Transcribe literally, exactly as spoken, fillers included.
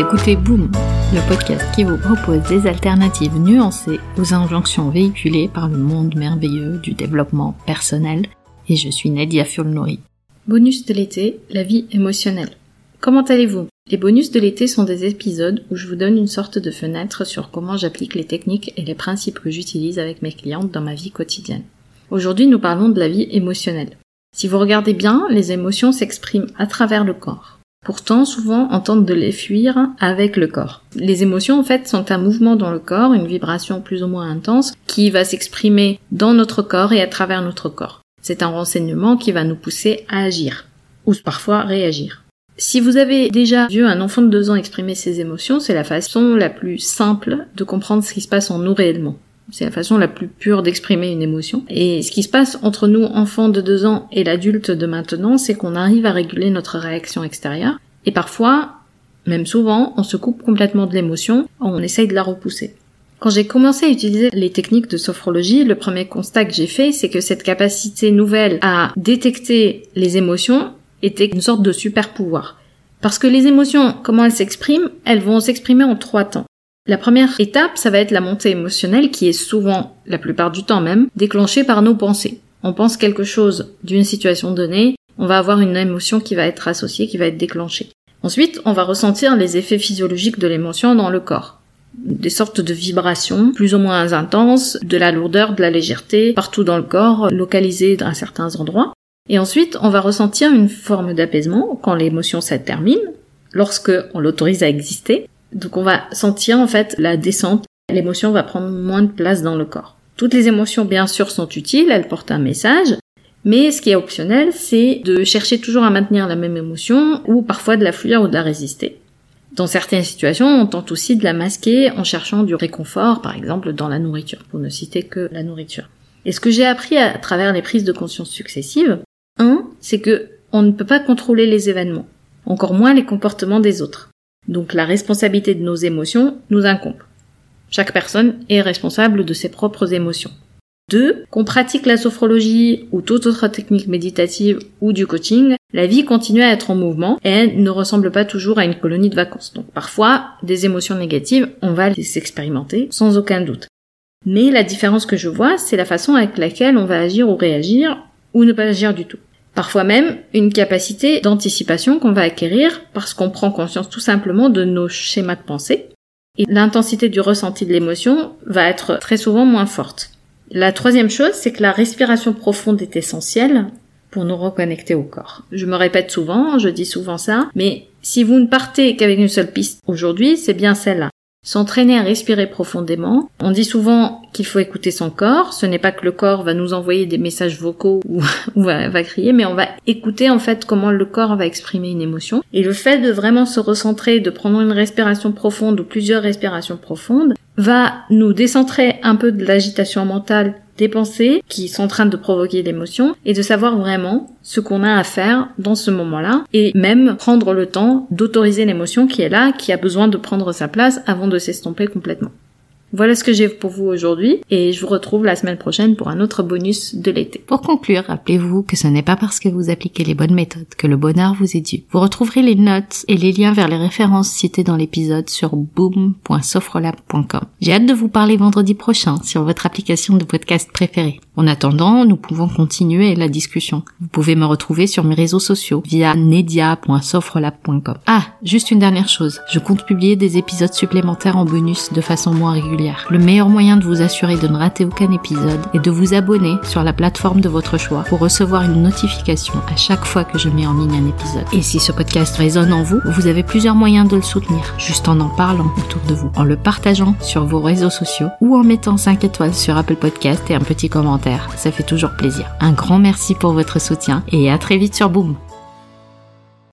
écoutez Boom, le podcast qui vous propose des alternatives nuancées aux injonctions véhiculées par le monde merveilleux du développement personnel, et je suis Nadia Fulnori. Bonus de l'été, la vie émotionnelle. Comment allez-vous ? Les bonus de l'été sont des épisodes où je vous donne une sorte de fenêtre sur comment j'applique les techniques et les principes que j'utilise avec mes clientes dans ma vie quotidienne. Aujourd'hui, nous parlons de la vie émotionnelle. Si vous regardez bien, les émotions s'expriment à travers le corps. Pourtant, souvent, on tente de les fuir avec le corps. Les émotions, en fait, sont un mouvement dans le corps, une vibration plus ou moins intense, qui va s'exprimer dans notre corps et à travers notre corps. C'est un renseignement qui va nous pousser à agir, ou parfois réagir. Si vous avez déjà vu un enfant de deux ans exprimer ses émotions, c'est la façon la plus simple de comprendre ce qui se passe en nous réellement. C'est la façon la plus pure d'exprimer une émotion. Et ce qui se passe entre nous, enfants de deux ans, et l'adulte de maintenant, c'est qu'on arrive à réguler notre réaction extérieure. Et parfois, même souvent, on se coupe complètement de l'émotion, on essaye de la repousser. Quand j'ai commencé à utiliser les techniques de sophrologie, le premier constat que j'ai fait, c'est que cette capacité nouvelle à détecter les émotions était une sorte de super pouvoir. Parce que les émotions, comment elles s'expriment, elles vont s'exprimer en trois temps. La première étape, ça va être la montée émotionnelle qui est souvent, la plupart du temps même, déclenchée par nos pensées. On pense quelque chose d'une situation donnée, on va avoir une émotion qui va être associée, qui va être déclenchée. Ensuite, on va ressentir les effets physiologiques de l'émotion dans le corps. Des sortes de vibrations plus ou moins intenses, de la lourdeur, de la légèreté, partout dans le corps, localisées à certains endroits. Et ensuite, on va ressentir une forme d'apaisement quand l'émotion se termine, lorsque on l'autorise à exister. Donc on va sentir en fait la descente, l'émotion va prendre moins de place dans le corps. Toutes les émotions bien sûr sont utiles, elles portent un message, mais ce qui est optionnel c'est de chercher toujours à maintenir la même émotion ou parfois de la fuir ou de la résister. Dans certaines situations, on tente aussi de la masquer en cherchant du réconfort, par exemple dans la nourriture, pour ne citer que la nourriture. Et ce que j'ai appris à travers les prises de conscience successives, un, c'est que on ne peut pas contrôler les événements, encore moins les comportements des autres. Donc la responsabilité de nos émotions nous incombe. Chaque personne est responsable de ses propres émotions. Deux, qu'on pratique la sophrologie ou toute autre technique méditative ou du coaching, la vie continue à être en mouvement et elle ne ressemble pas toujours à une colonie de vacances. Donc parfois, des émotions négatives, on va les expérimenter sans aucun doute. Mais la différence que je vois, c'est la façon avec laquelle on va agir ou réagir ou ne pas agir du tout. Parfois même une capacité d'anticipation qu'on va acquérir parce qu'on prend conscience tout simplement de nos schémas de pensée et l'intensité du ressenti de l'émotion va être très souvent moins forte. La troisième chose, c'est que la respiration profonde est essentielle pour nous reconnecter au corps. Je me répète souvent, je dis souvent ça, mais si vous ne partez qu'avec une seule piste aujourd'hui, c'est bien celle-là. S'entraîner à respirer profondément. On dit souvent qu'il faut écouter son corps. Ce n'est pas que le corps va nous envoyer des messages vocaux ou, ou va, va crier, mais on va écouter en fait comment le corps va exprimer une émotion. Et le fait de vraiment se recentrer, de prendre une respiration profonde ou plusieurs respirations profondes, va nous décentrer un peu de l'agitation mentale des pensées qui sont en train de provoquer l'émotion et de savoir vraiment ce qu'on a à faire dans ce moment-là et même prendre le temps d'autoriser l'émotion qui est là, qui a besoin de prendre sa place avant de s'estomper complètement. Voilà ce que j'ai pour vous aujourd'hui et je vous retrouve la semaine prochaine pour un autre bonus de l'été. Pour conclure, rappelez-vous que ce n'est pas parce que vous appliquez les bonnes méthodes que le bonheur vous est dû. Vous retrouverez les notes et les liens vers les références citées dans l'épisode sur boom point sophrolab point com. J'ai hâte de vous parler vendredi prochain sur votre application de podcast préférée. En attendant, nous pouvons continuer la discussion. Vous pouvez me retrouver sur mes réseaux sociaux via nedia point sophrolab point com. Ah, juste une dernière chose. Je compte publier des épisodes supplémentaires en bonus de façon moins régulière. Le meilleur moyen de vous assurer de ne rater aucun épisode est de vous abonner sur la plateforme de votre choix pour recevoir une notification à chaque fois que je mets en ligne un épisode. Et si ce podcast résonne en vous, vous avez plusieurs moyens de le soutenir, juste en en parlant autour de vous, en le partageant sur vos réseaux sociaux ou en mettant cinq étoiles sur Apple Podcast et un petit commentaire. Ça fait toujours plaisir. Un grand merci pour votre soutien et à très vite sur Boom.